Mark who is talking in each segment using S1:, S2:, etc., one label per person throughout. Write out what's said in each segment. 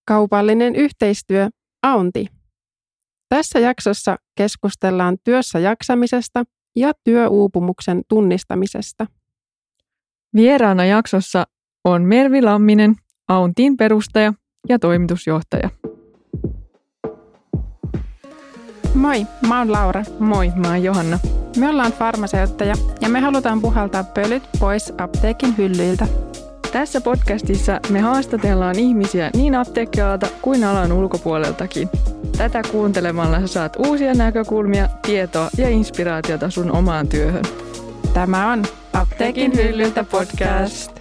S1: Kaupallinen yhteistyö Aunti. Tässä jaksossa keskustellaan työssä jaksamisesta ja työuupumuksen tunnistamisesta.
S2: Vieraana jaksossa on Mervi Lamminen, Auntin perustaja ja toimitusjohtaja.
S1: Moi, mä oon Laura.
S2: Moi, mä oon Johanna.
S1: Me ollaan farmaseutteja ja me halutaan puhaltaa pölyt pois apteekin hyllyiltä.
S2: Tässä podcastissa me haastatellaan ihmisiä niin apteekkialalta kuin alan ulkopuoleltakin. Tätä kuuntelemalla sä saat uusia näkökulmia, tietoa ja inspiraatiota sun omaan työhön.
S1: Tämä on Apteekin hyllyltä podcast.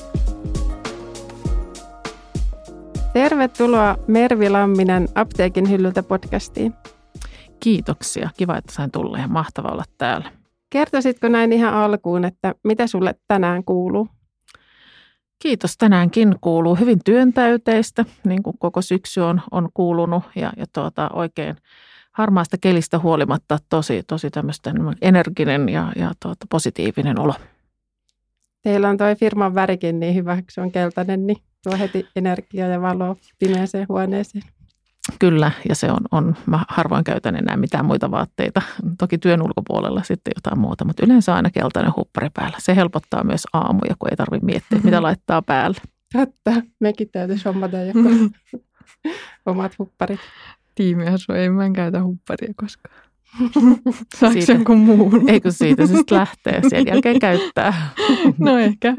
S1: Tervetuloa Mervi Lamminen Apteekin hyllyltä podcastiin.
S3: Kiitoksia. Kiva, että sain tulla ja mahtava olla täällä.
S1: Kertoisitko näin ihan alkuun, että mitä sulle tänään kuuluu?
S3: Kiitos. Tänäänkin kuuluu hyvin työntäyteistä, niin kuin koko syksy on kuulunut ja oikein harmaasta kelistä huolimatta tosi tämmöistä energinen ja positiivinen olo. Teillä
S1: on toi firman värikin niin hyvä, kun se on keltainen, niin tuo heti energiaa ja valoa pimeäseen huoneeseen.
S3: Kyllä, ja se on mä harvoin käytän enää mitään muita vaatteita. Toki työn ulkopuolella sitten jotain muuta, mutta yleensä aina keltainen huppari päällä. Se helpottaa myös aamuja, kun ei tarvitse miettiä, mitä laittaa päälle.
S1: Totta, mekin täytyisi hommata joku omat hupparit.
S2: Tiimiasu, ei mä en käytä hupparia koskaan. Saako sen kuin muun?
S3: Eikö siitä se sitten lähtee, sen jälkeen käyttää.
S2: No ehkä.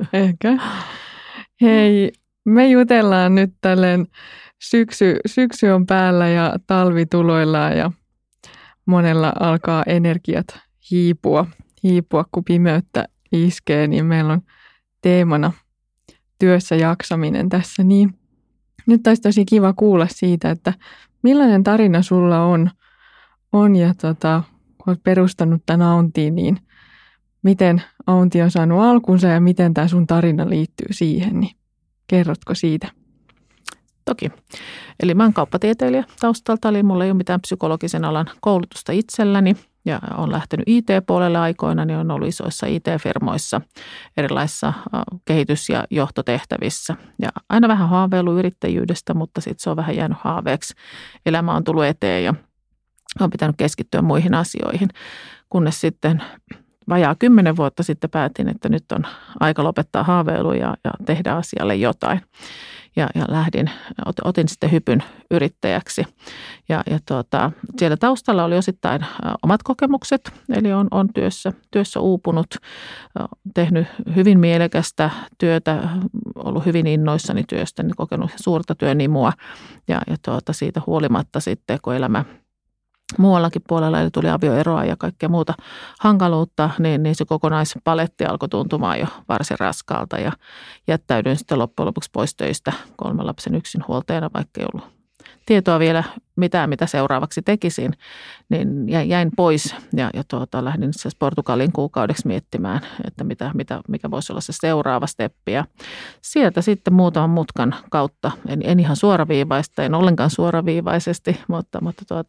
S2: Hei, me jutellaan nyt tälleen. Syksy on päällä ja talvi tuloillaan ja monella alkaa energiat hiipua, kun pimeyttä iskee, niin meillä on teemana työssä jaksaminen tässä. Niin nyt olisi tosi kiva kuulla siitä, että millainen tarina sulla on ja kun olet perustanut tämän Auntiin, niin miten Aunti on saanut alkunsa ja miten tämä sun tarina liittyy siihen, niin kerrotko siitä?
S3: Toki. Eli mä oon kauppatieteilijä taustalta, eli mulla ei ole mitään psykologisen alan koulutusta itselläni ja olen lähtenyt IT-puolelle aikoina, niin on ollut isoissa IT-firmoissa erilaisissa kehitys- ja johtotehtävissä. Ja aina vähän haaveillut yrittäjyydestä, mutta sitten se on vähän jäänyt haaveeksi. Elämä on tullut eteen ja on pitänyt keskittyä muihin asioihin, kunnes sitten vajaa 10 vuotta sitten päätin, että nyt on aika lopettaa haaveilu ja tehdä asialle jotain. Ja otin sitten hypyn yrittäjäksi. Ja siellä taustalla oli osittain omat kokemukset, eli on työssä uupunut, tehnyt hyvin mielekästä työtä, ollut hyvin innoissani työstäni, kokenut suurta työnimua ja siitä huolimatta sitten, kun elämä muuallakin puolella, eli tuli avioeroa ja kaikkea muuta hankaluutta, niin se kokonaispaletti alkoi tuntumaan jo varsin raskaalta ja jättäydyin sitten loppujen lopuksi pois töistä 3 lapsen yksinhuoltajana, vaikka ei ollut tietoa vielä mitä seuraavaksi tekisin, niin jäin pois ja lähdin siis Portugalin kuukaudeksi miettimään, että mikä voisi olla se seuraava steppi. Ja sieltä sitten muutaman mutkan kautta, en ihan suoraviivaista, en ollenkaan suoraviivaisesti, mutta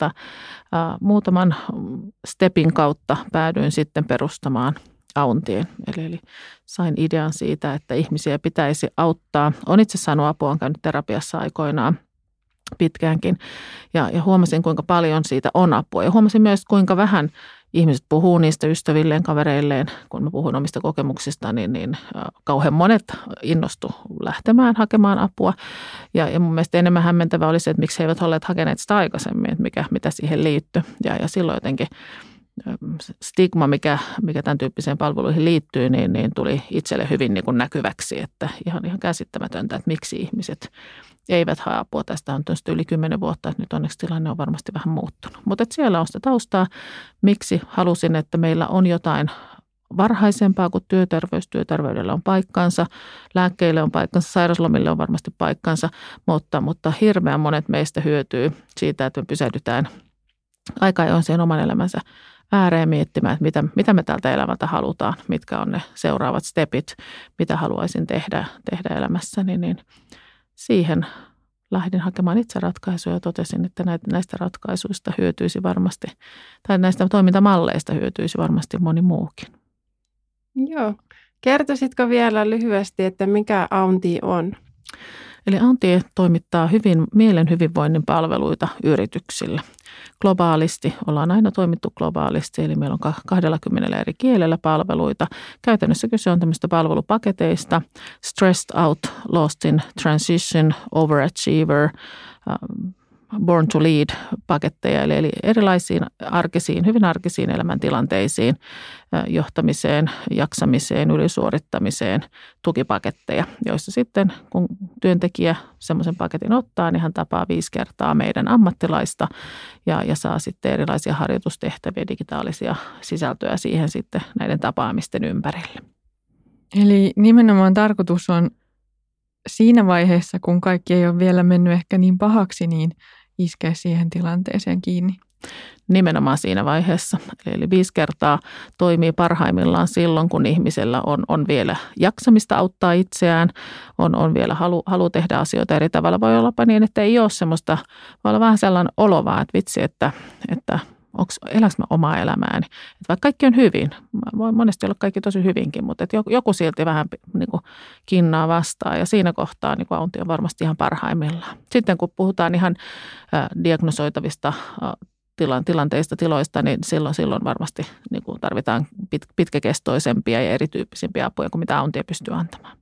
S3: muutaman stepin kautta päädyin sitten perustamaan Auntiin. Eli sain idean siitä, että ihmisiä pitäisi auttaa. Olen itse saanut apua, olen käynyt terapiassa aikoinaan pitkäänkin ja huomasin, kuinka paljon siitä on apua. Ja huomasin myös, kuinka vähän ihmiset puhuu niistä ystävilleen, kavereilleen. Kun mä puhun omista kokemuksista, niin kauhean monet innostu lähtemään hakemaan apua. Ja mun mielestä enemmän hämmentävää oli se, että miksi he eivät olleet hakeneet sitä aikaisemmin, että mitä siihen liittyi. Ja silloin jotenkin stigma, mikä tämän tyyppiseen palveluihin liittyy, niin tuli itselle hyvin niin kuin näkyväksi, että ihan käsittämätöntä, että miksi ihmiset eivät hae apua. Tästä on yli 10 vuotta, että nyt onneksi tilanne on varmasti vähän muuttunut. Mutta siellä on sitä taustaa, miksi halusin, että meillä on jotain varhaisempaa kuin työterveys. Työterveydellä on paikkansa, lääkkeille on paikkansa, sairauslomille on varmasti paikkansa, mutta hirveän monet meistä hyötyy siitä, että me pysähdytään aika ajoin siihen oman elämänsä ääreen miettimään, että mitä me tältä elämältä halutaan, mitkä on ne seuraavat stepit, mitä haluaisin tehdä elämässäni, niin siihen lähdin hakemaan itse ratkaisuja ja totesin, että näistä ratkaisuista hyötyisi varmasti, tai näistä toimintamalleista hyötyisi varmasti moni muukin.
S1: Joo. Kertoisitko vielä lyhyesti, että mikä Aunti on?
S3: Eli Auntie toimittaa mielen hyvinvoinnin palveluita yrityksille. Globaalisti, ollaan aina toimittu globaalisti, eli meillä on 20 eri kielellä palveluita. Käytännössä kyse on tämmöistä palvelupaketeista, stressed out, lost in transition, overachiever, born to lead -paketteja, eli erilaisiin hyvin arkisiin elämäntilanteisiin, johtamiseen, jaksamiseen, ylisuorittamiseen tukipaketteja, joissa sitten kun työntekijä semmoisen paketin ottaa, niin hän tapaa 5 kertaa meidän ammattilaista ja saa sitten erilaisia harjoitustehtäviä, digitaalisia sisältöjä siihen sitten näiden tapaamisten ympärille.
S2: Eli nimenomaan tarkoitus on siinä vaiheessa, kun kaikki ei ole vielä mennyt ehkä niin pahaksi, niin iskeä siihen tilanteeseen kiinni.
S3: Nimenomaan siinä vaiheessa. Eli 5 kertaa toimii parhaimmillaan silloin, kun ihmisellä on vielä jaksamista auttaa itseään, on vielä halu tehdä asioita eri tavalla. Voi olla niin, että ei ole semmoista, voi olla vähän sellainen olo vaan, että vitsi, että elänkö mä omaa elämääni. Että vaikka kaikki on hyvin, voi monesti olla kaikki tosi hyvinkin, mutta että joku silti vähän niin kuin kinnaa vastaan ja siinä kohtaa niin kuin Auntie on varmasti ihan parhaimmillaan. Sitten kun puhutaan ihan diagnosoitavista tilanteista, tiloista, niin silloin varmasti niin kuin tarvitaan pitkäkestoisempia ja erityyppisempiä apuja kuin mitä Auntie pystyy antamaan.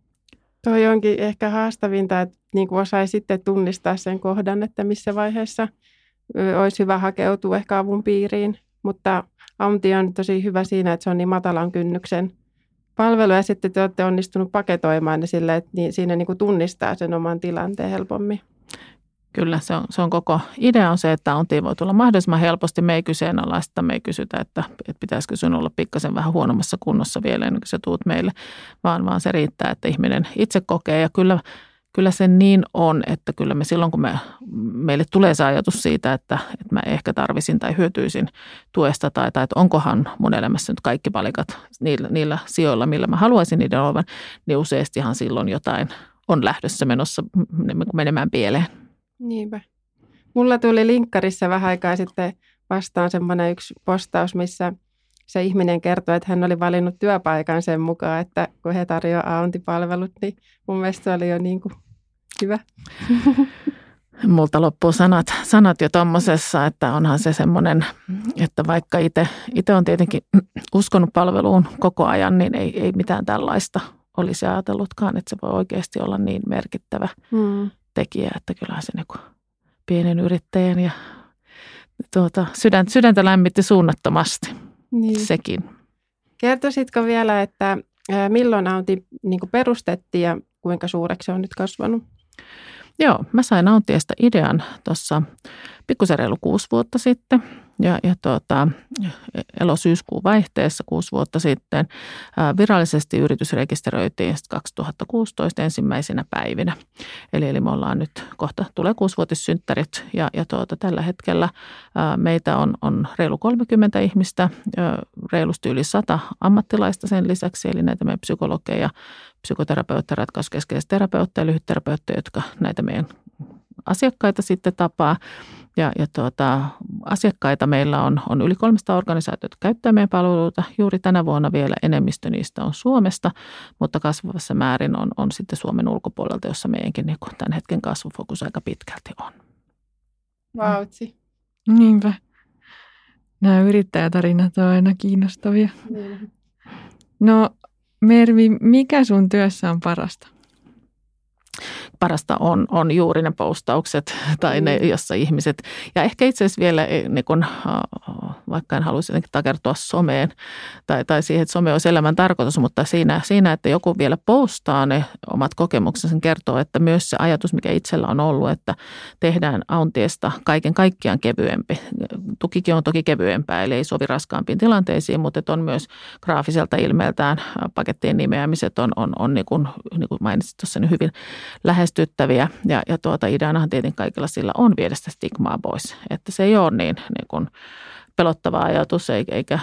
S1: Toi onkin ehkä haastavinta, että niin kuin osaisi sitten tunnistaa sen kohdan, että missä vaiheessa olisi hyvä hakeutua ehkä avun piiriin, mutta Auntie on tosi hyvä siinä, että se on niin matalan kynnyksen palvelu ja sitten te olette onnistunut paketoimaan ne sille, että siinä niin kuin tunnistaa sen oman tilanteen helpommin.
S3: Kyllä, se on koko idea on se, että Auntie voi tulla mahdollisimman helposti. Me ei kyseenalaista, me ei kysytä, että pitäisikö sinun olla pikkasen vähän huonommassa kunnossa vielä ennen kuin sä tuut meille, vaan se riittää, että ihminen itse kokee ja kyllä se niin on, että kyllä me silloin, kun meille tulee se ajatus siitä, että mä ehkä tarvisin tai hyötyisin tuesta tai että onkohan mun elämässä nyt kaikki palikat niillä sijoilla, millä mä haluaisin niiden olevan, niin useastihan silloin jotain on lähdössä menossa menemään pieleen.
S1: Niinpä. Mulla tuli linkkarissa vähän aikaa sitten vastaan semmoinen yksi postaus, missä se ihminen kertoi, että hän oli valinnut työpaikan sen mukaan, että kun he tarjoavat Auntie-palvelut, niin mun mielestä se oli jo niin kuin hyvä.
S3: Multa loppuu sanat jo tommosessa, että onhan se semmoinen, että vaikka itse on tietenkin uskonut palveluun koko ajan, niin ei mitään tällaista olisi ajatellutkaan, että se voi oikeasti olla niin merkittävä tekijä, että kyllähän se niin pienen yrittäjän ja sydäntä lämmitti suunnattomasti sekin.
S1: Kertoisitko vielä, että milloin Auntie niin kuin perustettiin ja kuinka suureksi se on nyt kasvanut?
S3: Joo, mä sain Auntiesta idean tuossa pikkusen reilu 6 vuotta sitten ja elo-syyskuun vaihteessa 6 vuotta sitten. Virallisesti yritys rekisteröitiin 2016 ensimmäisenä päivinä. Eli me ollaan nyt kohta tulee 6-vuotissynttärit ja tällä hetkellä meitä on reilu 30 ihmistä, reilusti yli 100 ammattilaista sen lisäksi, eli näitä meidän psykologeja, psykoterapeutteja, ratkaisukeskeisiä terapeutteja, lyhytterapeutteja, jotka näitä meidän asiakkaita sitten tapaa. Ja asiakkaita meillä on yli 300 organisaatiota, jotka käyttää meidän palveluita. Juuri tänä vuonna vielä enemmistö niistä on Suomesta, mutta kasvavassa määrin on sitten Suomen ulkopuolelta, jossa meidänkin niin tämän hetken kasvufokus aika pitkälti on.
S1: Vautsi.
S2: Niinpä. Nämä yrittäjätarinat on aina kiinnostavia. No Mervi, mikä sun työssä on parasta?
S3: Parasta on juuri ne postaukset tai ne, jossa ihmiset, ja ehkä itse asiassa vielä, niin kun, vaikka en haluaisi jotenkin takertua someen tai siihen, että some olisi elämän tarkoitus, mutta siinä, että joku vielä postaa ne omat kokemuksensa, kertoo, että myös se ajatus, mikä itsellä on ollut, että tehdään Auntiesta kaiken kaikkiaan kevyempi. Tukikin on toki kevyempää, eli ei sovi raskaampiin tilanteisiin, mutta on myös graafiselta ilmeeltään pakettien nimeämiset on niin kuin mainitsit tuossa, niin hyvin lähestyttäviä ja ideanahan tietenkin kaikilla sillä on viedä sitä stigmaa pois, että se ei ole niin kuin pelottava ajatus eikä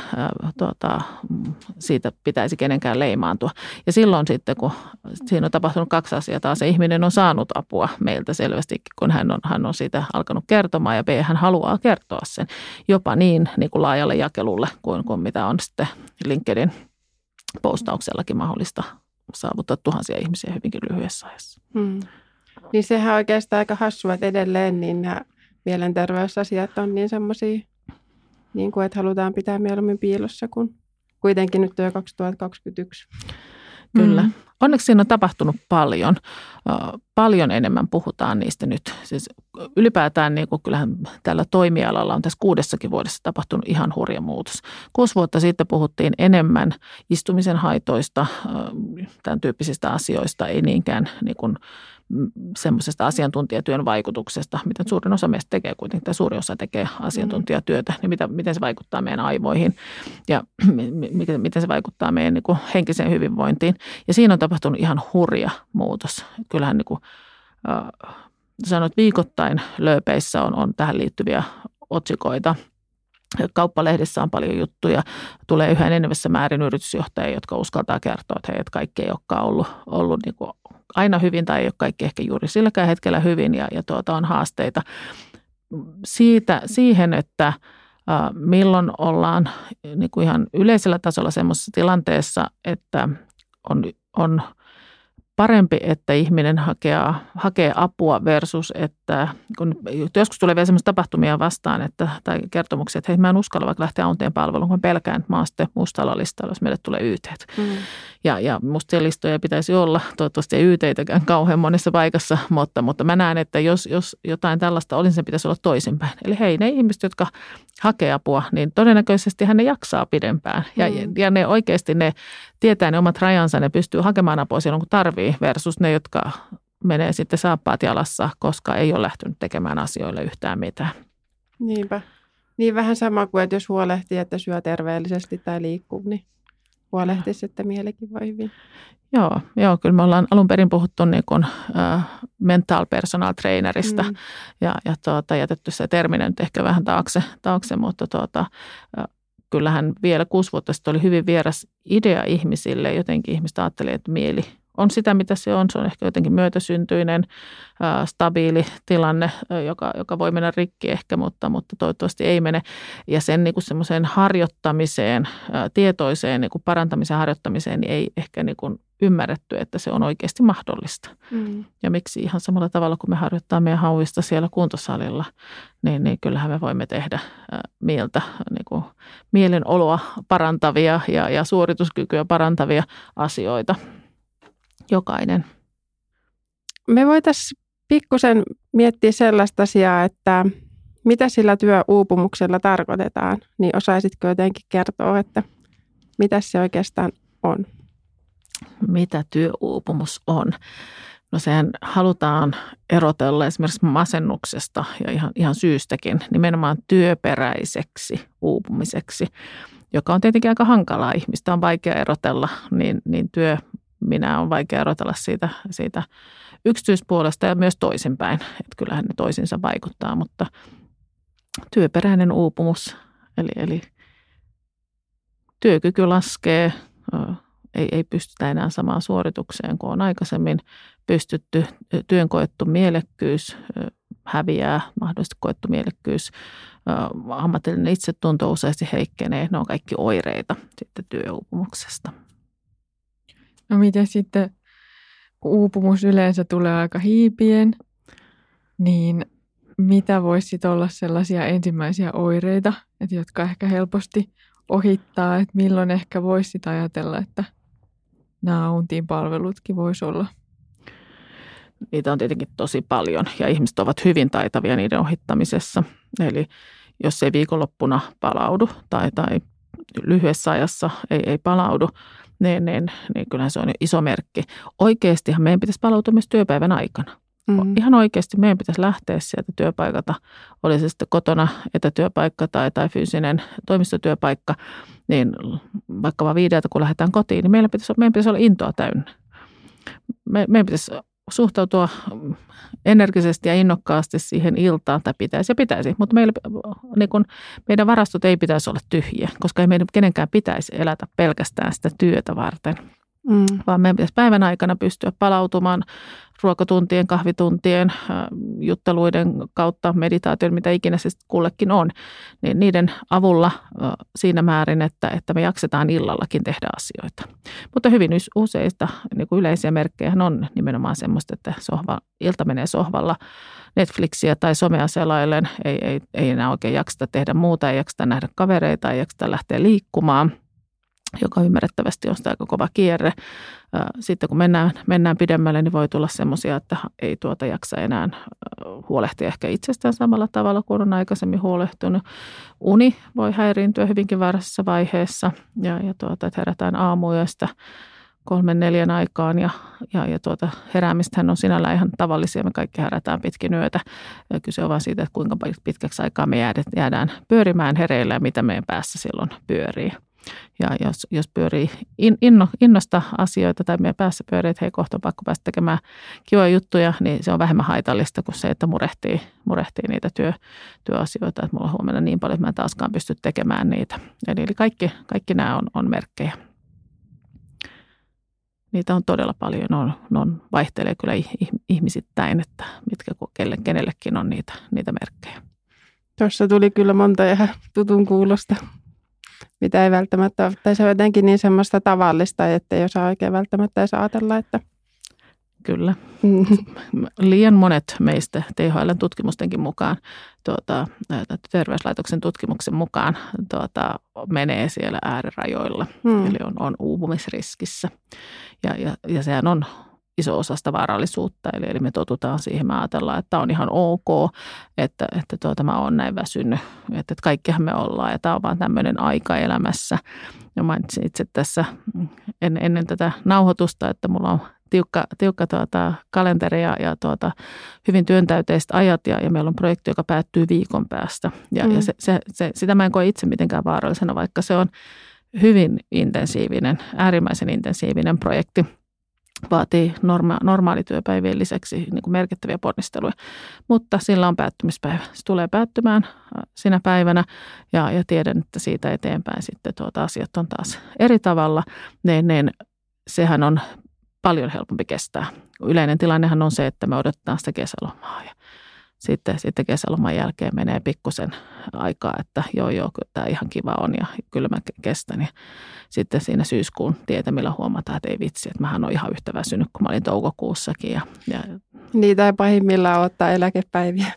S3: siitä pitäisi kenenkään leimaantua. Ja silloin sitten, kun siinä on tapahtunut 2 asiaa, taas se ihminen on saanut apua meiltä selvästikin, kun hän on siitä alkanut kertomaan ja B, hän haluaa kertoa sen jopa niin kuin laajalle jakelulle kuin mitä on sitten LinkedIn postauksellakin mahdollista saavuttaa tuhansia ihmisiä hyvinkin lyhyessä ajassa.
S1: Niin sehän on oikeastaan aika hassua, että edelleen niin nämä mielenterveysasiat on niin semmoisia, niin kuin, että halutaan pitää mieluummin piilossa, kun kuitenkin nyt on jo 2021.
S3: Kyllä. Onneksi siinä on tapahtunut paljon. Paljon enemmän puhutaan niistä nyt. Siis ylipäätään niin kuin kyllähän tällä toimialalla on tässä 6 vuodessa tapahtunut ihan hurja muutos. 6 vuotta sitten puhuttiin enemmän istumisen haitoista, tämän tyyppisistä asioista, ei niinkään niin kuin semmoisesta asiantuntijatyön vaikutuksesta, mitä suurin osa meistä tekee kuitenkin, tai suuri osa tekee asiantuntijatyötä, niin miten se vaikuttaa meidän aivoihin ja miten se vaikuttaa meidän niin kuin henkiseen hyvinvointiin. Ja siinä on tapahtunut ihan hurja muutos. Kyllähän niin kuin, sanoit, viikoittain lööpeissä on tähän liittyviä otsikoita. Kauppalehdessä on paljon juttuja. Tulee yhä enenevässä määrin yritysjohtajia, jotka uskaltaa kertoa, että hei, että kaikki ei olekaan ollut niin kuin aina hyvin tai ei ole kaikki ehkä juuri silläkään hetkellä hyvin ja on haasteita. Siihen, että milloin ollaan niin kuin ihan yleisellä tasolla semmoisessa tilanteessa, että on parempi, että ihminen hakee apua versus, että kun joskus tulee vielä semmoisia tapahtumia vastaan tai kertomuksia, että hei, mä en uskalla vaikka lähteä Aunteen palveluun, kun pelkään, että mä oon sitten mustalla listalla, jos meille tulee YT:t. Ja mustia listoja pitäisi olla, toivottavasti ei YT:täkään kauhean monessa paikassa, mutta mä näen, että jos jotain tällaista olisi, sen pitäisi olla toisinpäin. Eli hei, ne ihmiset, jotka hakee apua, niin todennäköisesti hän ne jaksaa pidempään. Ja ne oikeasti ne tietää ne omat rajansa, ne pystyy hakemaan apua silloin, kun tarvii, versus ne, jotka menee sitten saappaat jalassa, koska ei ole lähtenyt tekemään asioille yhtään mitään.
S1: Niinpä. Niin vähän sama kuin, että jos huolehtii, että syö terveellisesti tai liikkuu, niin huolehtisi, että mielikin voi hyvin.
S3: Joo, kyllä me ollaan alun perin puhuttu niin kuin, mental personal trainerista ja jätetty se terminen nyt ehkä vähän taakse mutta kyllähän vielä 6 vuotta sitten oli hyvin vieras idea ihmisille. Jotenkin ihmiset ajatteli, että mieli on sitä, mitä se on. Se on ehkä jotenkin myötäsyntyinen, stabiili tilanne, joka voi mennä rikki ehkä, mutta toivottavasti ei mene. Ja sen niin kuin semmoiseen harjoittamiseen, tietoiseen niin kuin parantamisen harjoittamiseen niin ei ehkä niin kuin ymmärretty, että se on oikeasti mahdollista. Ja miksi ihan samalla tavalla, kun me harjoittaa meidän hauista siellä kuntosalilla, niin kyllähän me voimme tehdä mieltä, niin kuin mielenoloa parantavia ja suorituskykyä parantavia asioita. Jokainen.
S1: Me voitaisiin pikkusen miettiä sellaista asiaa, että mitä sillä työuupumuksella tarkoitetaan, niin osaisitko jotenkin kertoa, että mitä se oikeastaan on?
S3: Mitä työuupumus on? No sehän halutaan erotella esimerkiksi masennuksesta ja ihan syystäkin nimenomaan työperäiseksi uupumiseksi, joka on tietenkin aika hankalaa. Ihmistä on vaikea erotella, niin minä on vaikea erotella siitä yksityispuolesta ja myös toisinpäin. Että kyllähän ne toisinsa vaikuttaa, mutta työperäinen uupumus, eli työkyky laskee, ei pystytä enää samaan suoritukseen kuin on aikaisemmin pystytty. Työn koettu mielekkyys häviää, mahdollisesti koettu mielekkyys, ammatillinen itsetunto useasti heikkenee. Ne on kaikki oireita sitten työuupumuksesta.
S2: No miten sitten, kun uupumus yleensä tulee aika hiipien, niin mitä voisi olla sellaisia ensimmäisiä oireita, että jotka ehkä helposti ohittaa, että milloin ehkä voisi ajatella, että nämä Auntiin palvelutkin voisi olla?
S3: Niitä on tietenkin tosi paljon ja ihmiset ovat hyvin taitavia niiden ohittamisessa. Eli jos ei viikonloppuna palaudu tai lyhyessä ajassa ei palaudu, niin kyllähän se on jo iso merkki. Oikeastihan meidän pitäisi palautua myös työpäivän aikana. Ihan oikeasti meidän pitäisi lähteä sieltä työpaikalta, oli se sitten kotona etätyöpaikka tai fyysinen toimistotyöpaikka, niin vaikka vaan 5, kun lähdetään kotiin, niin meidän pitäisi olla intoa täynnä. Meidän pitäisi suhtautua energisesti ja innokkaasti siihen iltaan, tai pitäisi, mutta meidän varastot ei pitäisi olla tyhjiä, koska ei meidän kenenkään pitäisi elätä pelkästään sitä työtä varten. vaan meidän pitäisi päivän aikana pystyä palautumaan ruokatuntien, kahvituntien, jutteluiden kautta, meditaation, mitä ikinä se kullekin on, niin niiden avulla siinä määrin, että me jaksetaan illallakin tehdä asioita. Mutta hyvin useista niin kuin yleisiä merkkejä on nimenomaan semmoista, että ilta menee sohvalla Netflixiä tai somea selaillen, ei enää oikein jakseta tehdä muuta, ei jakseta nähdä kavereita, ei jakseta lähteä liikkumaan, joka ymmärrettävästi on sitä aika kova kierre. Sitten kun mennään pidemmälle, niin voi tulla semmoisia, että ei jaksa enää huolehtia ehkä itsestään samalla tavalla kuin on aikaisemmin huolehtunut. Uni voi häiriintyä hyvinkin varhaisessa vaiheessa että herätään aamuyöstä 3-4 aikaan ja heräämistähän on sinällään ihan tavallisia. Me kaikki herätään pitkin yötä. Kyse on vaan siitä, että kuinka pitkäksi aikaa me jäädään pyörimään hereillä ja mitä meidän päässä silloin pyörii. Ja jos pyörii innosta asioita tai meidän päässä pyörii, että hei, kohta on pakko päästä tekemään kivoja juttuja, niin se on vähemmän haitallista kuin se, että murehtii niitä työasioita. Että mulla on huomenna niin paljon, että mä en taaskaan pysty tekemään niitä. Eli kaikki nämä on merkkejä. Niitä on todella paljon. Ne vaihtelee kyllä ihmisittäin, että mitkä kenellekin on niitä merkkejä.
S1: Tuossa tuli kyllä monta ihan tutun kuulosta, mitä ei välttämättä ole. Tai se on jotenkin niin semmoista tavallista, että ei osaa oikein välttämättä edes ajatella, että...
S3: Kyllä. Liian monet meistä THL:n tutkimustenkin mukaan, terveyslaitoksen tutkimuksen mukaan menee siellä äärirajoilla. Eli on uupumisriskissä. Ja sehän on iso osa sitä vaarallisuutta. Eli me totutaan siihen, me ajatellaan, että on ihan ok, että mä oon näin väsynyt. Että kaikkihan me ollaan ja tämä on vaan tämmöinen aika elämässä. Ja mainitsin itse tässä ennen tätä nauhoitusta, että mulla on tiukka kalenteri ja hyvin työntäyteiset ajat ja meillä on projekti, joka päättyy viikon päästä. Ja sitä mä en koe itse mitenkään vaarallisena, vaikka se on hyvin intensiivinen, äärimmäisen intensiivinen projekti. Vaatii normaalityöpäivien lisäksi niin kuin merkittäviä ponnisteluja, mutta sillä on päättymispäivä. Se tulee päättymään sinä päivänä ja tiedän, että siitä eteenpäin sitten asiat on taas eri tavalla. Sehän on paljon helpompi kestää. Yleinen tilannehan on se, että me odotetaan sitä kesälomaa ja sitten kesäloman jälkeen menee pikkusen aikaa, että joo, kyllä tämä ihan kiva on ja kyllä mä kestän. Ja sitten siinä syyskuun tietämillä huomataan, että ei vitsi, että mähän olen ihan yhtä väsynyt kuin mä olin toukokuussakin. Ja
S1: niitä ei pahimmillaan ottaa eläkepäiviä.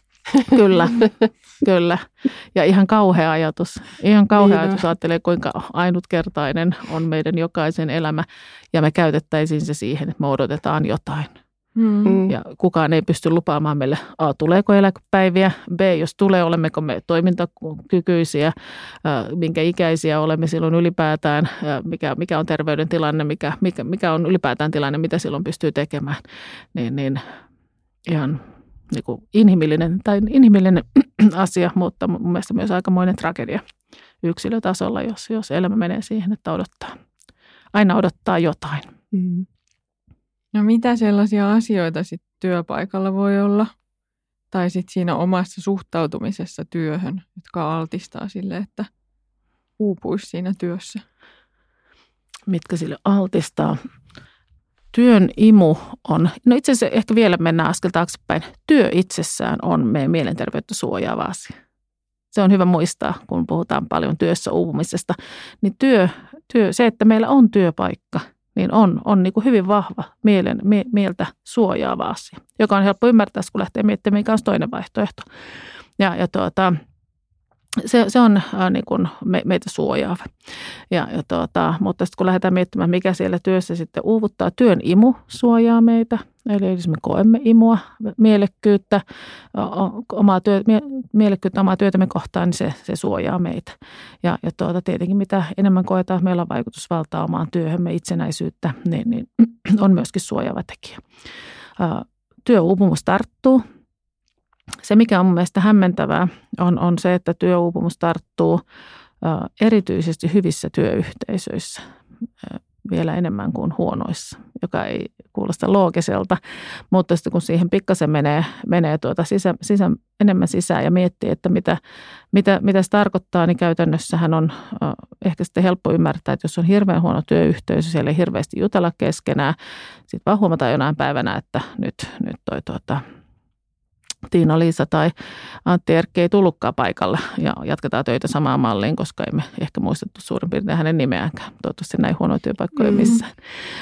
S1: Kyllä. Ja ihan kauhea ajatus. Ajattelee, kuinka ainutkertainen on meidän jokaisen elämä ja me käytettäisiin se siihen, että me odotetaan jotain. Ja kukaan ei pysty lupaamaan meille, tuleeko eläkepäiviä, B, jos tulee, olemmeko me toimintakykyisiä, minkä ikäisiä olemme silloin ylipäätään, mikä on terveydentilanne, mikä on ylipäätään tilanne, mitä silloin pystyy tekemään. Niin ihan niin kuin inhimillinen asia, mutta mun mielestä myös aikamoinen tragedia yksilötasolla, jos elämä menee siihen, että aina odottaa jotain.
S2: No mitä sellaisia asioita sitten työpaikalla voi olla? Tai sitten siinä omassa suhtautumisessa työhön, jotka altistaa sille, että uupuisi siinä työssä?
S3: Mitkä sille altistaa? Työn imu on, no itse asiassa ehkä vielä mennään askel taaksepäin. Työ itsessään on meidän mielenterveyttä suojaava asia. Se on hyvä muistaa, kun puhutaan paljon työssä uupumisesta. Niin se, että meillä on työpaikka, niin on niin kuin hyvin vahva mieltä suojaava asia, joka on helppo ymmärtää, kun lähtee miettimään, mikä on toinen vaihtoehto. Se on niin kuin meitä suojaava. Mutta sitten kun lähdetään miettimään, mikä siellä työssä sitten uuvuttaa, työn imu suojaa meitä. Eli jos me koemme imua, mielekkyyttä, omaa työtämme kohtaan, niin se suojaa meitä. Ja tietenkin mitä enemmän koetaan, meillä on vaikutusvaltaa omaan työhömme, itsenäisyyttä, niin on myöskin suojaava tekijä. Työuupumus tarttuu. Se, mikä on mun mielestä hämmentävää, on se, että työuupumus tarttuu erityisesti hyvissä työyhteisöissä. vielä enemmän kuin huonoissa, joka ei kuulosta loogiselta, mutta sitten kun siihen pikkasen menee enemmän sisään ja miettii, että mitä se tarkoittaa, niin käytännössähän on ehkä sitten helppo ymmärtää, että jos on hirveän huono työyhteisö, siellä ei hirveästi jutella keskenään, sitten vaan huomataan jonain päivänä, että nyt Tiina-Liisa tai Antti Erkki ei tullutkaan paikalle ja jatketaan töitä samaan malliin, koska emme ehkä muistettu suurin piirtein hänen nimeäänkään. Toivottavasti näin huonoja työpaikkoja missään.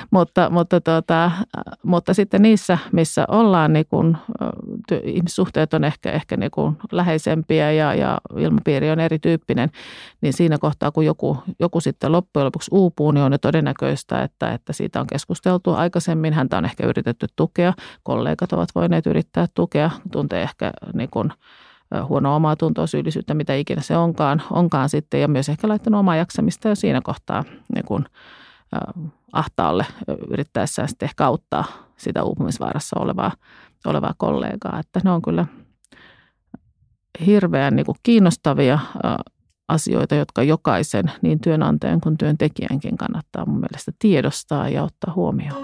S3: Mutta sitten niissä, missä ollaan, niin kun, ihmissuhteet on ehkä niin kun läheisempiä ja ilmapiiri on erityyppinen, niin siinä kohtaa, kun joku sitten loppujen lopuksi uupuu, niin on jo todennäköistä, että siitä on keskusteltu aikaisemmin. Häntä on ehkä yritetty tukea, kollegat ovat voineet yrittää tukea, tuntee ehkä niin kuin huonoa omaa tuntoa, syyllisyyttä, mitä ikinä se onkaan sitten, ja myös ehkä laittanut omaa jaksamista jo siinä kohtaa niin kuin ahtaalle yrittäessään sitten ehkä auttaa sitä uupumisvaarassa olevaa kollegaa. Että ne on kyllä hirveän niin kuin kiinnostavia asioita, jotka jokaisen niin työnantajan kuin työntekijänkin kannattaa mun mielestä tiedostaa ja ottaa huomioon.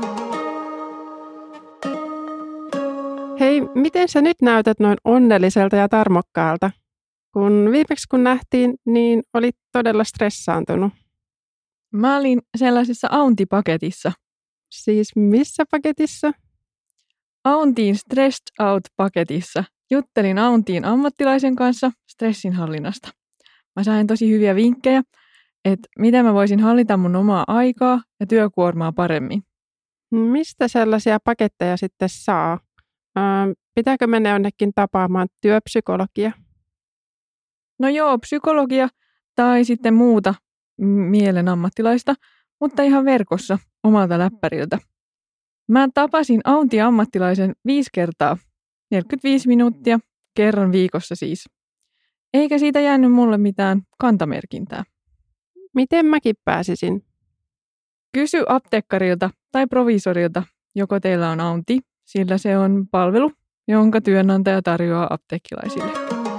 S1: Hei, miten sä nyt näytät noin onnelliselta ja tarmokkaalta? Viimeksi kun nähtiin, niin olit todella stressaantunut.
S2: Mä olin sellaisessa Aunti-paketissa.
S1: Siis missä paketissa?
S2: Auntiin Stressed Out-paketissa. Juttelin Auntiin ammattilaisen kanssa stressinhallinnasta. Mä sain tosi hyviä vinkkejä, että miten mä voisin hallita mun omaa aikaa ja työkuormaa paremmin.
S1: Mistä sellaisia paketteja sitten saa? Pitääkö mennä jonnekin tapaamaan työpsykologia?
S2: No joo, psykologia tai sitten muuta mielen ammattilaista, mutta ihan verkossa omalta läppäriltä. Mä tapasin Aunti-ammattilaisen 5 kertaa, 45 minuuttia, kerran viikossa siis. Eikä siitä jäänyt mulle mitään kantamerkintää.
S1: Miten mäkin pääsisin?
S2: Kysy apteekkarilta tai proviisorilta, joko teillä on Aunti, sillä se on palvelu, jonka työnantaja tarjoaa apteekkilaisille.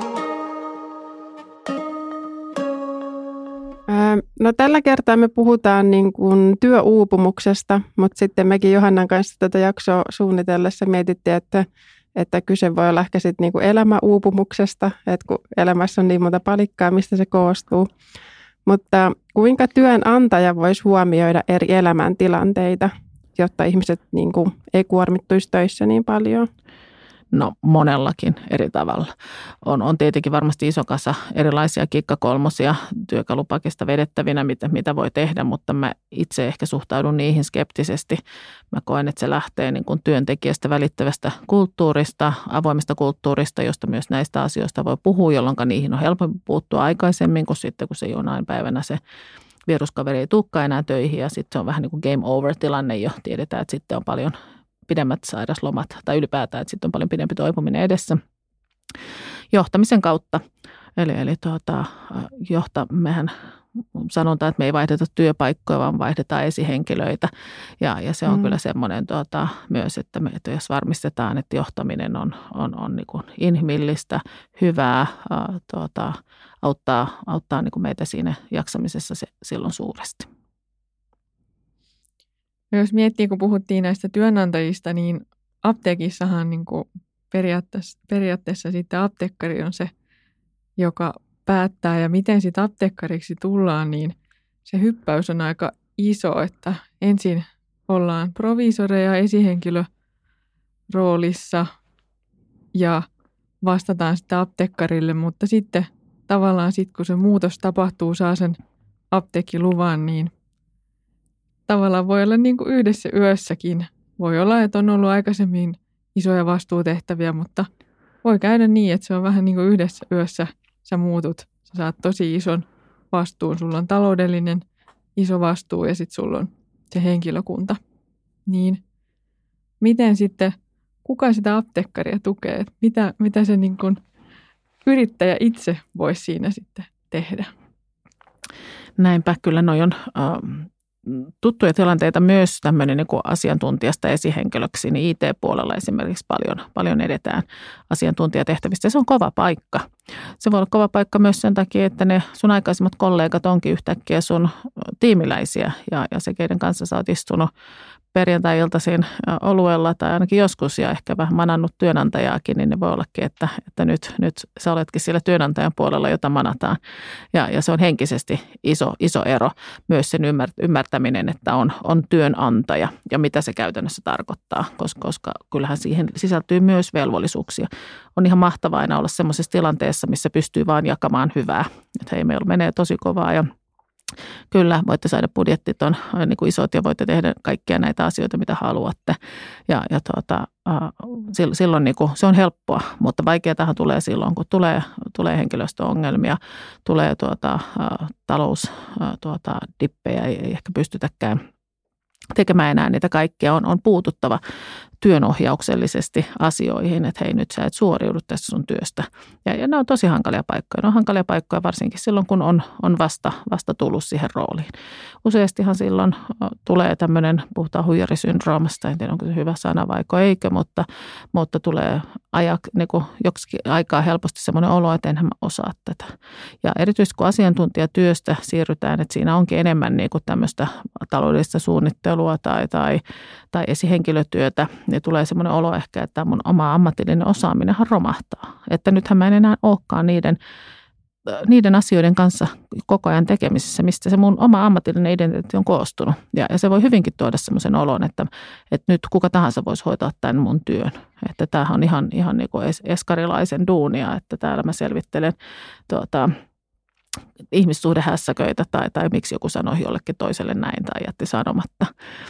S1: No tällä kertaa me puhutaan niin kuin työuupumuksesta, mutta sitten mekin Johannan kanssa tätä jaksoa suunnitellessa mietittiin, että kyse voi olla ehkä sitten niin kuin elämäuupumuksesta, että kun elämässä on niin monta palikkaa, mistä se koostuu. Mutta kuinka työnantaja voisi huomioida eri elämäntilanteita, jotta ihmiset niin kuin ei kuormittuisi töissä niin paljon?
S3: No monellakin eri tavalla. On tietenkin varmasti iso kasa erilaisia kikkakolmosia työkalupakista vedettävinä, mitä voi tehdä, mutta mä itse ehkä suhtaudun niihin skeptisesti. Mä koen, että se lähtee niin kuin työntekijästä välittävästä kulttuurista, avoimesta kulttuurista, josta myös näistä asioista voi puhua, jolloin niihin on helpompi puuttua aikaisemmin, kun sitten kun se jonain päivänä se viruskaveri ei tulekaan enää töihin ja sitten se on vähän niin kuin game over -tilanne jo. Tiedetään, että sitten on paljon pidemmät sairaslomat tai ylipäätään, että sitten on paljon pidempi toipuminen edessä johtamisen kautta. Eli mehän sanotaan, että me ei vaihdeta työpaikkoja, vaan vaihdetaan esihenkilöitä. Ja se on kyllä semmoinen myös, että jos varmistetaan, että johtaminen on niin kuin inhimillistä, hyvää, auttaa niin kuin meitä siinä jaksamisessa silloin suuresti.
S2: Jos miettii, kun puhuttiin näistä työnantajista, niin apteekissahan niin kuin periaatteessa sitten apteekkari on se, joka päättää. Ja miten sitten apteekkariksi tullaan, niin se hyppäys on aika iso, että ensin ollaan proviisoreja esihenkilöroolissa ja vastataan sitten apteekkarille, mutta sitten tavallaan kun se muutos tapahtuu, saa sen apteekkiluvan, niin tavallaan voi olla niin kuin yhdessä yössäkin. Voi olla, että on ollut aikaisemmin isoja vastuutehtäviä, mutta voi käydä niin, että se on vähän niin kuin yhdessä yössä sä muutut. Sä saat tosi ison vastuun. Sulla on taloudellinen iso vastuu ja sitten sulla on se henkilökunta. Niin miten sitten, kuka sitä apteekkaria tukee? Mitä se niin kuin yrittäjä itse voisi siinä sitten tehdä?
S3: Näinpä, kyllä noi on tuttuja tilanteita myös tämmöinen niin kuin asiantuntijasta esihenkilöksi, niin IT-puolella esimerkiksi paljon edetään asiantuntijatehtävistä. Ja se on kova paikka. Se voi olla kova paikka myös sen takia, että ne sun aikaisemmat kollegat onkin yhtäkkiä sun tiimiläisiä ja se, keiden kanssa sä oot istunut perjantai-iltaisin oluella tai ainakin joskus ja ehkä vähän manannut työnantajaakin, niin ne voi ollakin, että nyt sä oletkin siellä työnantajan puolella, jota manataan. Ja se on henkisesti iso ero. Myös sen ymmärtäminen, että on työnantaja ja mitä se käytännössä tarkoittaa, koska kyllähän siihen sisältyy myös velvollisuuksia. On ihan mahtavaa aina olla semmoisessa tilanteessa, missä pystyy vaan jakamaan hyvää. Että hei, meillä menee tosi kovaa ja kyllä, voitte saada budjettit on niin kuin isot ja voitte tehdä kaikkia näitä asioita, mitä haluatte. Silloin niin kuin, se on helppoa, mutta vaikeatahan tulee silloin, kun tulee henkilöstöongelmia, tulee talousdippejä, ei ehkä pystytäkään tekemään enää niitä kaikkia. On puututtava työnohjauksellisesti asioihin, että hei, nyt sä et suoriudu tästä sun työstä. Ja ne on tosi hankalia paikkoja. Ne on hankalia paikkoja varsinkin silloin, kun on vasta tullut siihen rooliin. Useastihan silloin tulee tämmöinen, puhutaan huijarisyndroomasta, en tiedä onko se hyvä sana vaiko eikö, mutta tulee joksikin aikaa helposti semmoinen olo, että enhän mä osaa tätä. Ja erityisesti kun asiantuntijatyöstä siirrytään, että siinä onkin enemmän niin kuin tämmöistä taloudellista suunnittelua tai esihenkilötyötä, niin tulee semmoinen olo ehkä, että mun oma ammatillinen osaaminenhan romahtaa. Että nythän mä en enää olekaan niiden asioiden kanssa koko ajan tekemisissä, mistä se mun oma ammatillinen identiteetti on koostunut. Ja se voi hyvinkin tuoda semmoisen olon, että nyt kuka tahansa voisi hoitaa tämän mun työn. Että tämähän on ihan niin kuin eskarilaisen duunia, että täällä mä selvittelen ihmissuhdehässäköitä tai miksi joku sanoi jollekin toiselle näin tai jätti sanomatta.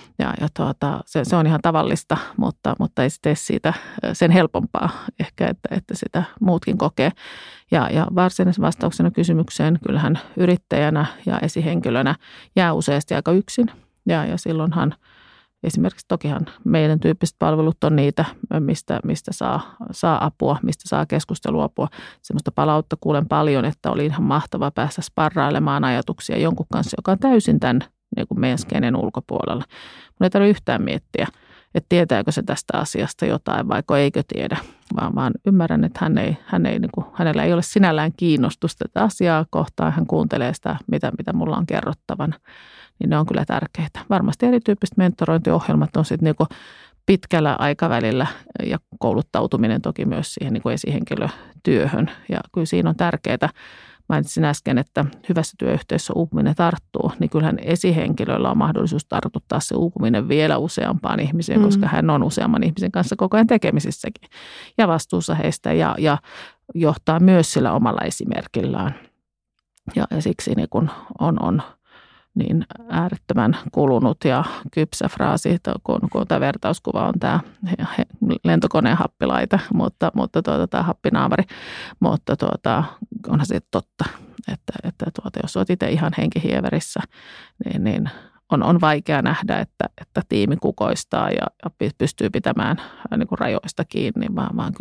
S3: Se on ihan tavallista, mutta ei se tee siitä sen helpompaa ehkä, että sitä muutkin kokee. Ja varsinaisen vastauksena kysymykseen kyllähän yrittäjänä ja esihenkilönä jää useasti aika yksin. Ja silloinhan esimerkiksi tokihan meidän tyyppiset palvelut on niitä, mistä saa apua, mistä saa keskusteluapua. Semmoista palautta kuulen paljon, että oli ihan mahtava päästä sparrailemaan ajatuksia jonkun kanssa, joka on täysin tämän niin kuin meidän skenen ulkopuolella. Mun ei tarvitse yhtään miettiä, että tietääkö se tästä asiasta jotain vaiko eikö tiedä, vaan ymmärrän, että hänellä ei ole sinällään kiinnostusta tätä asiaa kohtaan. Hän kuuntelee sitä, mitä mulla on kerrottavana. Niin ne on kyllä tärkeitä. Varmasti erityyppiset mentorointiohjelmat on sitten niinku pitkällä aikavälillä ja kouluttautuminen toki myös siihen niinku esihenkilötyöhön. Ja kyllä siinä on tärkeää. Mainitsin äsken, että hyvässä työyhteisössä uupuminen tarttuu, niin kyllähän esihenkilöllä on mahdollisuus tartuttaa se uupuminen vielä useampaan ihmiseen, koska hän on useamman ihmisen kanssa koko ajan tekemisissäkin ja vastuussa heistä ja johtaa myös sillä omalla esimerkillään. Ja siksi niin kun on niin äärettömän kulunut ja kypsä fraasi, kun tämä vertauskuva on tämä lentokoneen happilaite, mutta tämä happinaamari, mutta onhan se totta, että jos olet itse ihan henkihieverissä, niin on vaikea nähdä, että tiimi kukoistaa ja pystyy pitämään niin kuin rajoista kiinni, vaan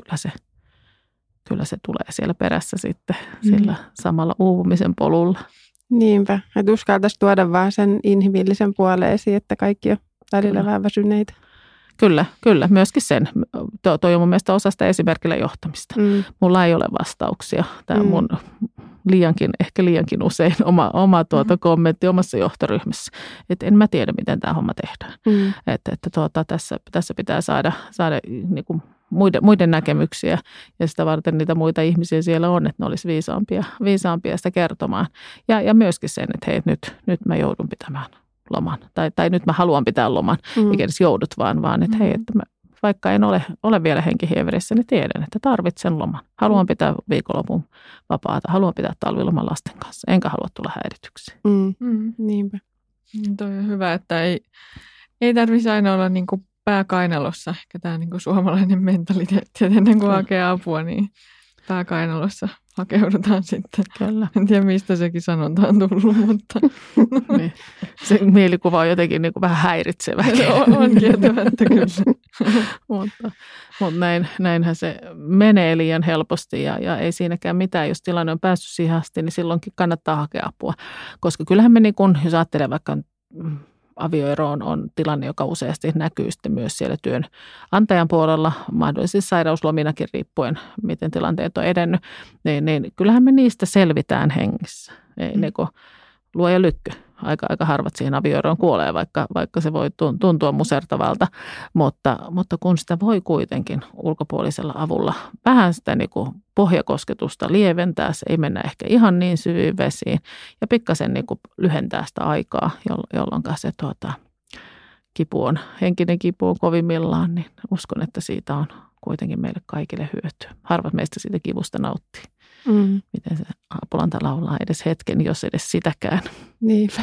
S3: kyllä se tulee siellä perässä sitten sillä samalla uupumisen polulla.
S1: Niinpä, että uskaltaisi tuoda vaan sen inhimillisen puoleen esiin, että kaikki on välillä vähän väsyneitä.
S3: Kyllä, myöskin sen. Toi on mun mielestä osa sitä esimerkillä johtamista. Mulla ei ole vastauksia. Tämä mun ehkä liiankin usein oma kommentti omassa johtoryhmässä. Että en mä tiedä, miten tämä homma tehdään. Tässä pitää saada niin kuin muiden näkemyksiä ja sitä varten niitä muita ihmisiä siellä on, että ne olisi viisaampia sitä kertomaan. Ja myöskin sen, että hei, nyt mä joudun pitämään loman tai nyt mä haluan pitää loman, eikä edes joudut vaan että hei, että vaikka en ole vielä henkihieverissä, niin tiedän, että tarvitsen loman. Haluan pitää viikonlopun vapaata, haluan pitää talviloman lasten kanssa, enkä halua tulla häirityksi.
S1: Niinpä.
S2: Toi on hyvä, että ei tarvitsisi aina olla niin kuin pää kainalossa, ehkä tämä niin kuin suomalainen mentaliteetti, että ennen kuin hakee apua, niin pää kainalossa hakeudutaan sitten.
S3: Kyllä.
S2: En tiedä, mistä sekin sanonta on tullut, mutta
S3: niin. Se mielikuva on jotenkin niin kuin vähän häiritsevä.
S2: On kieltämättä kyllä.
S3: mutta näinhän se menee liian helposti ja ei siinäkään mitään. Jos tilanne on päässyt siihen asti, niin silloinkin kannattaa hakea apua. Koska kyllähän me, niin kun, jos ajattelee vaikka avioero on tilanne, joka useasti näkyy sitten myös siellä työnantajan puolella, mahdollisesti sairauslominakin riippuen, miten tilanteet on edennyt, niin kyllähän me niistä selvitään hengissä. Ei luoja lykky. Aika harvat siihen avioeroon kuolee, vaikka se voi tuntua musertavalta, mutta kun sitä voi kuitenkin ulkopuolisella avulla vähän sitä niin kuin pohjakosketusta lieventää, se ei mennä ehkä ihan niin syviin vesiin ja pikkasen niin kuin lyhentää sitä aikaa, jolloin se henkinen kipu on kovimmillaan, niin uskon, että siitä on kuitenkin meille kaikille hyötyä. Harvat meistä siitä kivusta nauttii. Miten se Apulanta laulaa edes hetken, jos edes sitäkään.
S1: Niinpä.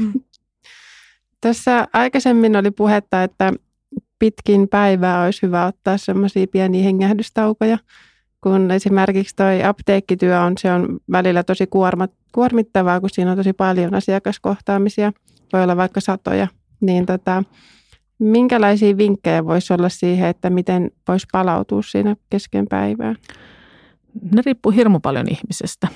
S1: Tässä aikaisemmin oli puhetta, että pitkin päivää olisi hyvä ottaa semmoisia pieniä hengähdystaukoja, kun esimerkiksi toi apteekkityö se on välillä tosi kuormittavaa, kun siinä on tosi paljon asiakaskohtaamisia, voi olla vaikka satoja. Niin minkälaisia vinkkejä voisi olla siihen, että miten voisi palautua siinä kesken päivää?
S3: Ne riippuu hirmu paljon ihmisestä,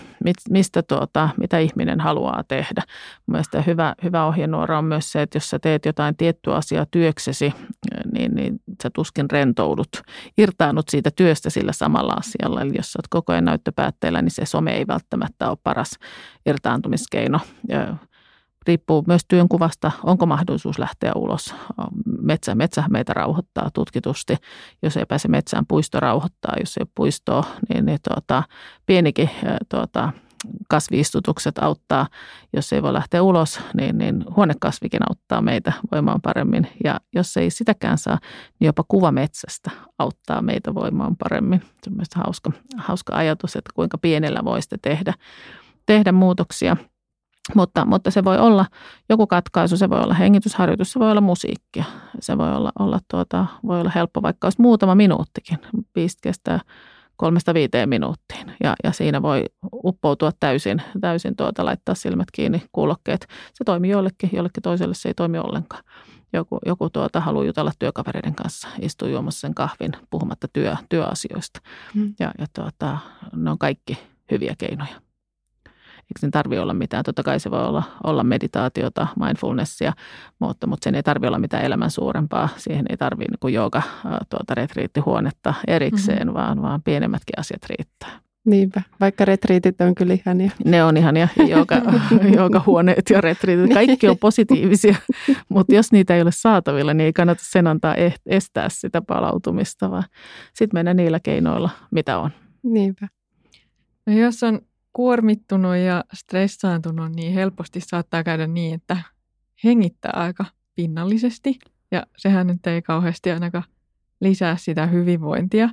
S3: mitä ihminen haluaa tehdä. Mielestäni hyvä ohjenuora on myös se, että jos sä teet jotain tiettyä asiaa työksesi, niin sä tuskin rentoudut, irtaannut siitä työstä sillä samalla asialla. Eli jos sä oot koko ajan näyttöpäätteellä, niin se some ei välttämättä ole paras irtaantumiskeino. Riippuu myös työnkuvasta, onko mahdollisuus lähteä ulos. Metsä meitä rauhoittaa tutkitusti. Jos ei pääse metsään, puisto rauhoittaa. Jos ei ole puistoa, niin pienikin kasvi-istutukset auttaa. Jos ei voi lähteä ulos, niin huonekasvikin auttaa meitä voimaan paremmin. Ja jos ei sitäkään saa, niin jopa kuva metsästä auttaa meitä voimaan paremmin. Se on myös hauska ajatus, että kuinka pienellä voi sitten tehdä muutoksia. Mutta se voi olla joku katkaisu, se voi olla hengitysharjoitus, se voi olla musiikkia. Se voi olla helppo, vaikka olisi muutama minuuttikin. Biisit kestää 3-5 minuuttiin ja siinä voi uppoutua täysin laittaa silmät kiinni, kuulokkeet. Se toimii jollekin toiselle se ei toimi ollenkaan. Joku haluaa jutella työkavereiden kanssa, istuu juomassa sen kahvin puhumatta työasioista. Ja ne on kaikki hyviä keinoja. Eikö sen tarvitse olla mitään? Totta kai se voi olla meditaatiota, mindfulnessia, mutta sen ei tarvitse olla mitään elämän suurempaa. Siihen ei tarvitse niin retriittihuonetta erikseen, vaan pienemmätkin asiat riittää.
S1: Niinpä, vaikka retriitit on kyllä ihania.
S3: Ne on ihania, joogahuoneet ja retriitit, kaikki on positiivisia, mutta jos niitä ei ole saatavilla, niin ei kannata sen antaa estää sitä palautumista, vaan sitten mennä niillä keinoilla, mitä on.
S1: Niinpä.
S2: No jos on kuormittunut ja stressaantunut, niin helposti saattaa käydä niin, että hengittää aika pinnallisesti. Ja sehän nyt ei kauheasti ainakaan lisää sitä hyvinvointia.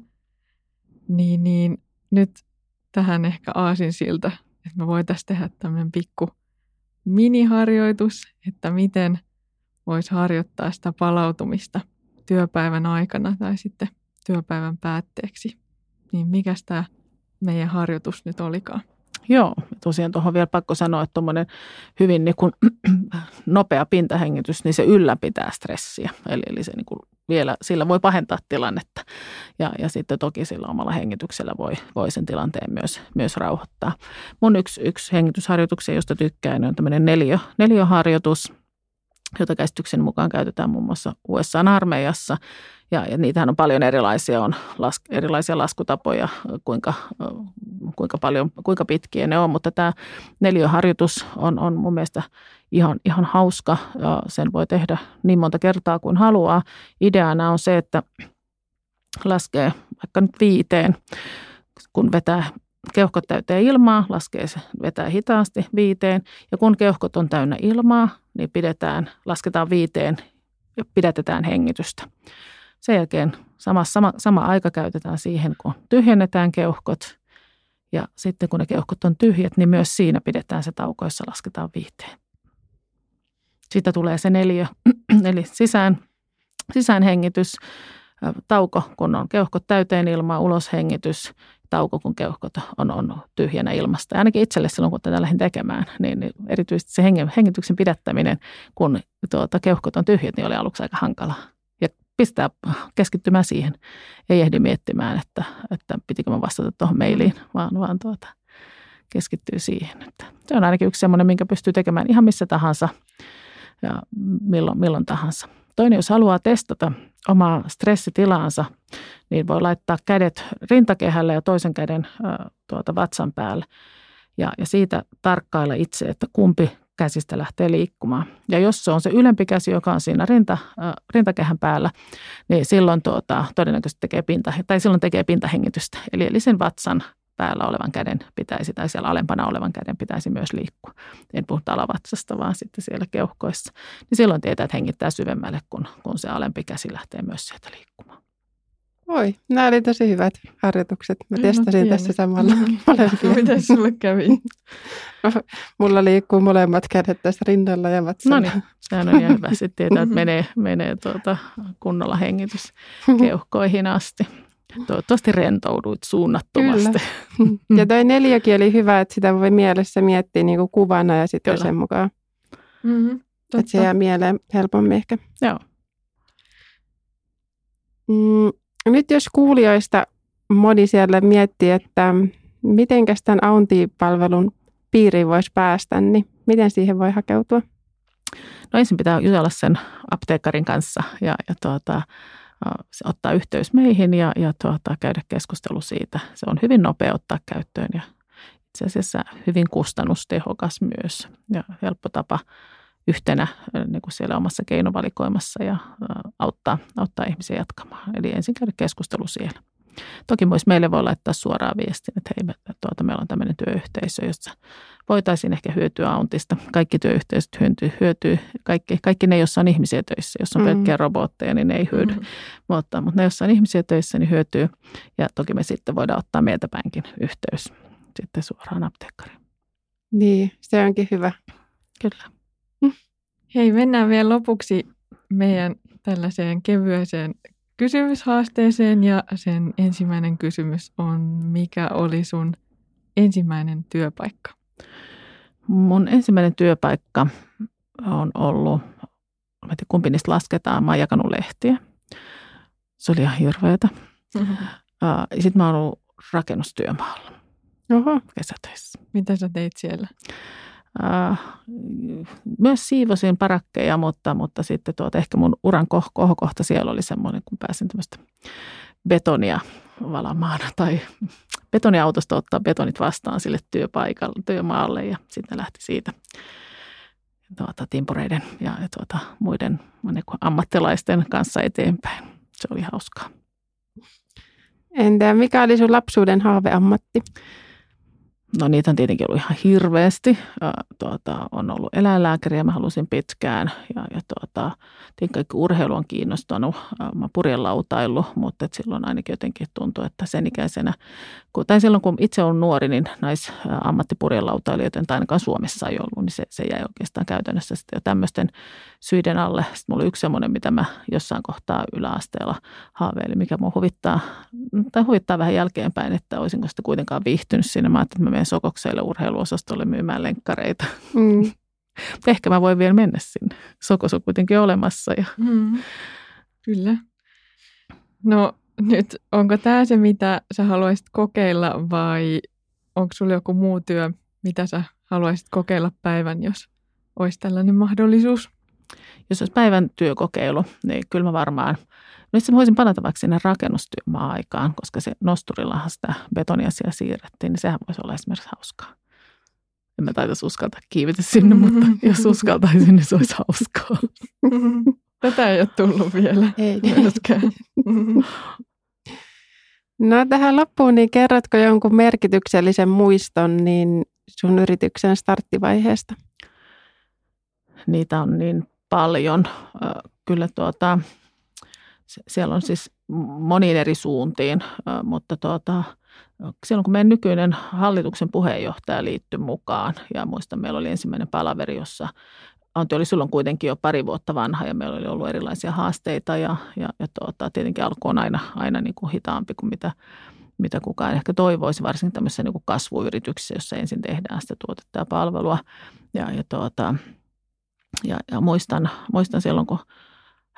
S2: Niin nyt tähän ehkä aasinsilta, että me voitaisiin tehdä tämmöinen pikku miniharjoitus, että miten voisi harjoittaa sitä palautumista työpäivän aikana tai sitten työpäivän päätteeksi. Niin mikäs tämä meidän harjoitus nyt olikaan?
S3: Joo, tosiaan tuohon vielä pakko sanoa, että tuommoinen hyvin niin kuin nopea pintahengitys, niin se ylläpitää stressiä. Eli se niin kuin vielä, sillä voi pahentaa tilannetta ja sitten toki sillä omalla hengityksellä voi sen tilanteen myös rauhoittaa. Mun yksi hengitysharjoituksia, josta tykkään, on tämmöinen neliöharjoitus, jota käsityksen mukaan käytetään muun muassa USA-armeijassa. Ja niitähän on paljon erilaisia, erilaisia laskutapoja, kuinka pitkiä ne on, mutta tämä neliöharjoitus on mun mielestä ihan hauska ja sen voi tehdä niin monta kertaa kuin haluaa. Ideana on se, että laskee vaikka nyt 5, kun vetää keuhkot täyteen ilmaa, vetää hitaasti 5 ja kun keuhkot on täynnä ilmaa, niin lasketaan 5 ja pidätetään hengitystä. Sen jälkeen sama aika käytetään siihen, kun tyhjennetään keuhkot ja sitten kun ne keuhkot on tyhjät, niin myös siinä pidetään se tauko, jossa lasketaan 5. Siitä tulee se 4, eli sisäänhengitys, tauko, kun on keuhkot täyteen ilmaa, uloshengitys, tauko, kun keuhkot on tyhjänä ilmasta. Ja ainakin itselle silloin, kun tätä lähdin tekemään, niin erityisesti se hengityksen pidättäminen, kun keuhkot on tyhjät, niin oli aluksi aika hankalaa. Ja pistää keskittymään siihen. Ei ehdi miettimään, että pitikö mä vastata tuohon mailiin, vaan keskittyy siihen. Että se on ainakin yksi semmoinen, minkä pystyy tekemään ihan missä tahansa ja milloin tahansa. Toinen, jos haluaa testata omaa stressitilaansa, niin voi laittaa kädet rintakehälle ja toisen käden vatsan päälle. Ja siitä tarkkailla itse, että kumpi käsistä lähtee liikkumaan. Ja jos se on se ylempi käsi, joka on siinä rintakehän päällä, niin silloin todennäköisesti tekee pintahengitystä. Eli sen vatsan päällä olevan käden pitäisi, tai siellä alempana olevan käden pitäisi myös liikkua. En puhuta alavatsasta, vaan sitten siellä keuhkoissa. Niin silloin tietää, että hengittää syvemmälle, kun se alempi käsi lähtee myös sieltä liikkumaan.
S1: Oi, nämä oli tosi hyvät harjoitukset. Mä testasin tässä samalla molempia.
S2: Miten sulle kävi?
S1: Mulla liikkuu molemmat kädet tässä rinnalla ja vatsalla.
S3: No niin, sehän on ihan hyvä. Sitten tietää, että menee kunnolla hengitys keuhkoihin asti. Toivottavasti rentouduit suunnattomasti.
S1: Kyllä. Ja toi neliökieli hyvä, että sitä voi mielessä miettiä niin kuin kuvana ja sitten sen mukaan.
S2: Mm-hmm,
S1: että se jää mieleen helpommin ehkä.
S3: Joo.
S1: Nyt jos kuulijoista moni siellä miettii, että mitenkäs tämän Auntie-palvelun piiriin voisi päästä, niin miten siihen voi hakeutua?
S3: No ensin pitää jutella sen apteekkarin kanssa ja ottaa yhteys meihin ja käydä keskustelu siitä. Se on hyvin nopea ottaa käyttöön ja itse asiassa hyvin kustannustehokas myös ja helppo tapa yhtenä niin kuin siellä omassa keinovalikoimassa ja auttaa ihmisiä jatkamaan. Eli ensin käydä keskustelu siellä. Toki myös meille voi laittaa suoraan viestin, että hei, meillä on tämmöinen työyhteisö, jossa voitaisiin ehkä hyötyä Auntista. Kaikki työyhteisöt hyötyy. Kaikki ne, joissa on ihmisiä töissä. Jos on pelkkiä robotteja, niin ne ei hyödy. Mutta ne, joissa on ihmisiä töissä, niin hyötyy. Ja toki me sitten voidaan ottaa meiltä päinkin yhteys sitten suoraan apteekkariin.
S1: Niin, se onkin hyvä.
S3: Kyllä.
S2: Hei, mennään vielä lopuksi meidän tällaiseen kevyeseen kysymyshaasteeseen ja sen ensimmäinen kysymys on, mikä oli sun ensimmäinen työpaikka?
S3: Mun ensimmäinen työpaikka on ollut, mä en tiedä kumpi niistä lasketaan, mä oon jakanut lehtiä. Se oli ihan hirveetä. Mm-hmm. Sitten mä oon ollut rakennustyömaalla kesätöissä.
S2: Mitä sä teit siellä?
S3: Myös siivosin parakkeja, mutta sitten ehkä mun uran kohokohta siellä oli semmoinen, kun pääsin tämmöistä betonia valamaan tai betoniautosta ottaa betonit vastaan sille työmaalle ja sitten lähti siitä timpureiden ja muiden ammattilaisten kanssa eteenpäin. Se oli hauskaa.
S1: Entä mikä oli sun lapsuuden haaveammatti?
S3: No niitä on tietenkin ollut ihan hirveästi. On ollut eläinlääkäriä, mä halusin pitkään ja kaikki urheilu on kiinnostanut. Mä purjelautailu, mutta silloin ainakin jotenkin tuntui, että sen ikäisenä, tai silloin kun itse olen nuori, niin ammattipurjelautailijoita, tai ainakaan Suomessa ei ollut, niin se jäi oikeastaan käytännössä sitten jo tämmöisten syiden alle. Sitten mulla oli yksi semmoinen, mitä mä jossain kohtaa yläasteella haaveilin, mikä mua huvittaa vähän jälkeenpäin, että olisinko sitten kuitenkaan viihtynyt siinä. Mä ajattelin, että mä menen Sokokseille urheiluosastolle myymään lenkkareita. Ehkä mä voin vielä mennä sinne. Sokos on kuitenkin olemassa.
S2: Kyllä. No nyt, onko tämä se, mitä sä haluaisit kokeilla vai onko sulla joku muu työ, mitä sä haluaisit kokeilla päivän, jos olisi tällainen mahdollisuus?
S3: Jos olisi päivän työkokeilu, niin kyllä mä varmaan, no itse mä voisin palata vaikka sinne rakennustyömaa-aikaan, koska se nosturillahan sitä betonia siellä siirrettiin, niin sehän voisi olla esimerkiksi hauskaa. En mä taitaisi uskaltaa kiivetä sinne, mutta jos uskaltaisin, niin se olisi hauskaa.
S2: Tätä ei ole tullut vielä.
S1: Ei myöskään. No tähän loppuun, niin kerrotko jonkun merkityksellisen muiston niin sun yrityksen starttivaiheesta? Niitä on niin paljon. Kyllä siellä on siis moniin eri suuntiin, mutta silloin kun meidän nykyinen hallituksen puheenjohtaja liittyi mukaan ja muistan, meillä oli ensimmäinen palaveri, jossa Antti oli silloin kuitenkin jo 2 vuotta vanha ja meillä oli ollut erilaisia haasteita ja tietenkin alku on aina niin kuin hitaampi kuin mitä kukaan ehkä toivoisi, varsinkin tämmöisessä niin kuin kasvuyrityksessä, jossa ensin tehdään sitä tuotetta ja palvelua ja muistan silloin, kun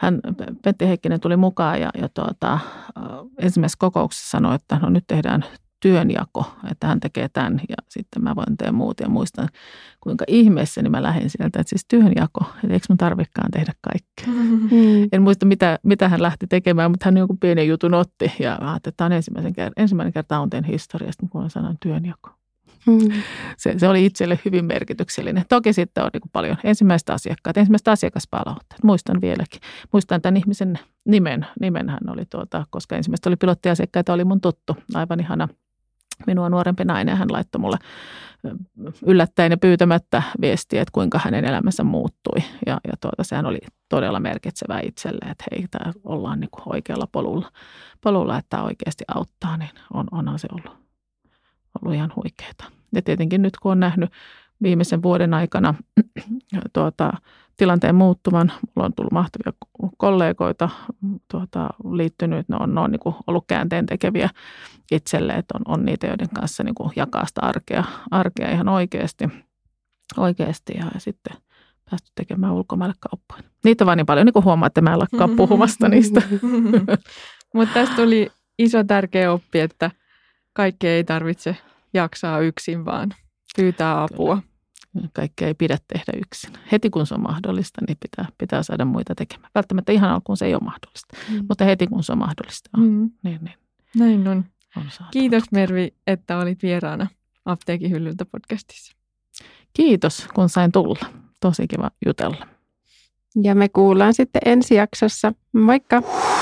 S1: Pentti Heikkinen tuli mukaan ja ensimmäisessä kokouksessa sanoi, että no nyt tehdään
S3: työnjako, että hän tekee tämän ja sitten mä voin tehdä muut. Ja muistan, kuinka ihmeessä niin mä lähdin sieltä, että siis työnjako, että eikö mun tarvikaan tehdä kaikkea. En muista, mitä hän lähti tekemään, mutta hän jonkun pienen jutun otti ja ajattelin, että tämä on ensimmäinen kerta Aunteen historiasta, kun kuulen sanan työnjako. Se oli itselle hyvin merkityksellinen. Toki sitten on niin paljon ensimmäistä asiakaspalautteet. Muistan vieläkin. Muistan tämän ihmisen nimen hän oli, koska ensimmäistä oli pilottiasiakkaita, oli mun tuttu. Aivan ihana minua nuorempi nainen. Hän laittoi mulle yllättäen ja pyytämättä viestiä, että kuinka hänen elämänsä muuttui. Ja sehän oli todella merkitsevää itselle, että hei, tää ollaan niin kuin oikealla polulla, että tämä oikeasti auttaa, niin onhan se ollut ihan huikeaa. Ja tietenkin nyt kun on nähnyt viimeisen vuoden aikana tilanteen muuttuvan, mulla on tullut mahtavia kollegoita liittynyt, ne on niin kuin ollut käänteen tekeviä itselle, että on niitä, joiden kanssa niin kuin jakaa sitä arkea ihan oikeasti ja sitten päästy tekemään ulkomaille kauppoja. Niitä on vaan niin paljon, niin kuin huomaa, että mä en lakkaa puhumasta niistä.
S2: Mutta tästä tuli iso tärkeä oppi, että kaikkea ei tarvitse jaksaa yksin, vaan pyytää apua.
S3: Kaikkea ei pidä tehdä yksin. Heti kun se on mahdollista, niin pitää saada muita tekemään. Välttämättä ihan alkuun se ei ole mahdollista, mutta heti kun se on mahdollista, niin
S2: näin on. Kiitos Mervi, että olit vieraana Apteekin hyllyltä podcastissa.
S3: Kiitos, kun sain tulla. Tosi kiva jutella.
S1: Ja me kuullaan sitten ensi jaksossa. Moikka!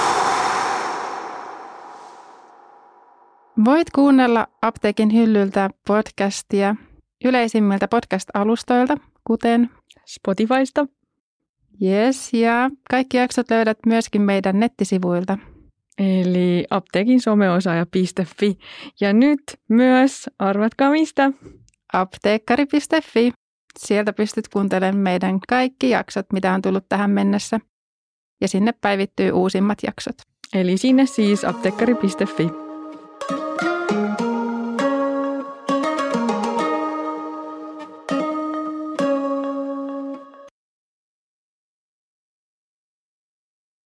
S1: Voit kuunnella Apteekin hyllyltä podcastia yleisimmiltä podcast-alustoilta, kuten
S2: Spotifysta.
S1: Yes, ja kaikki jaksot löydät myöskin meidän nettisivuilta.
S2: Eli apteekinsomeosaaja.fi. Ja nyt myös, arvatkaa mistä?
S1: Apteekkari.fi. Sieltä pystyt kuuntelemaan meidän kaikki jaksot, mitä on tullut tähän mennessä. Ja sinne päivittyy uusimmat jaksot.
S2: Eli sinne siis apteekkari.fi.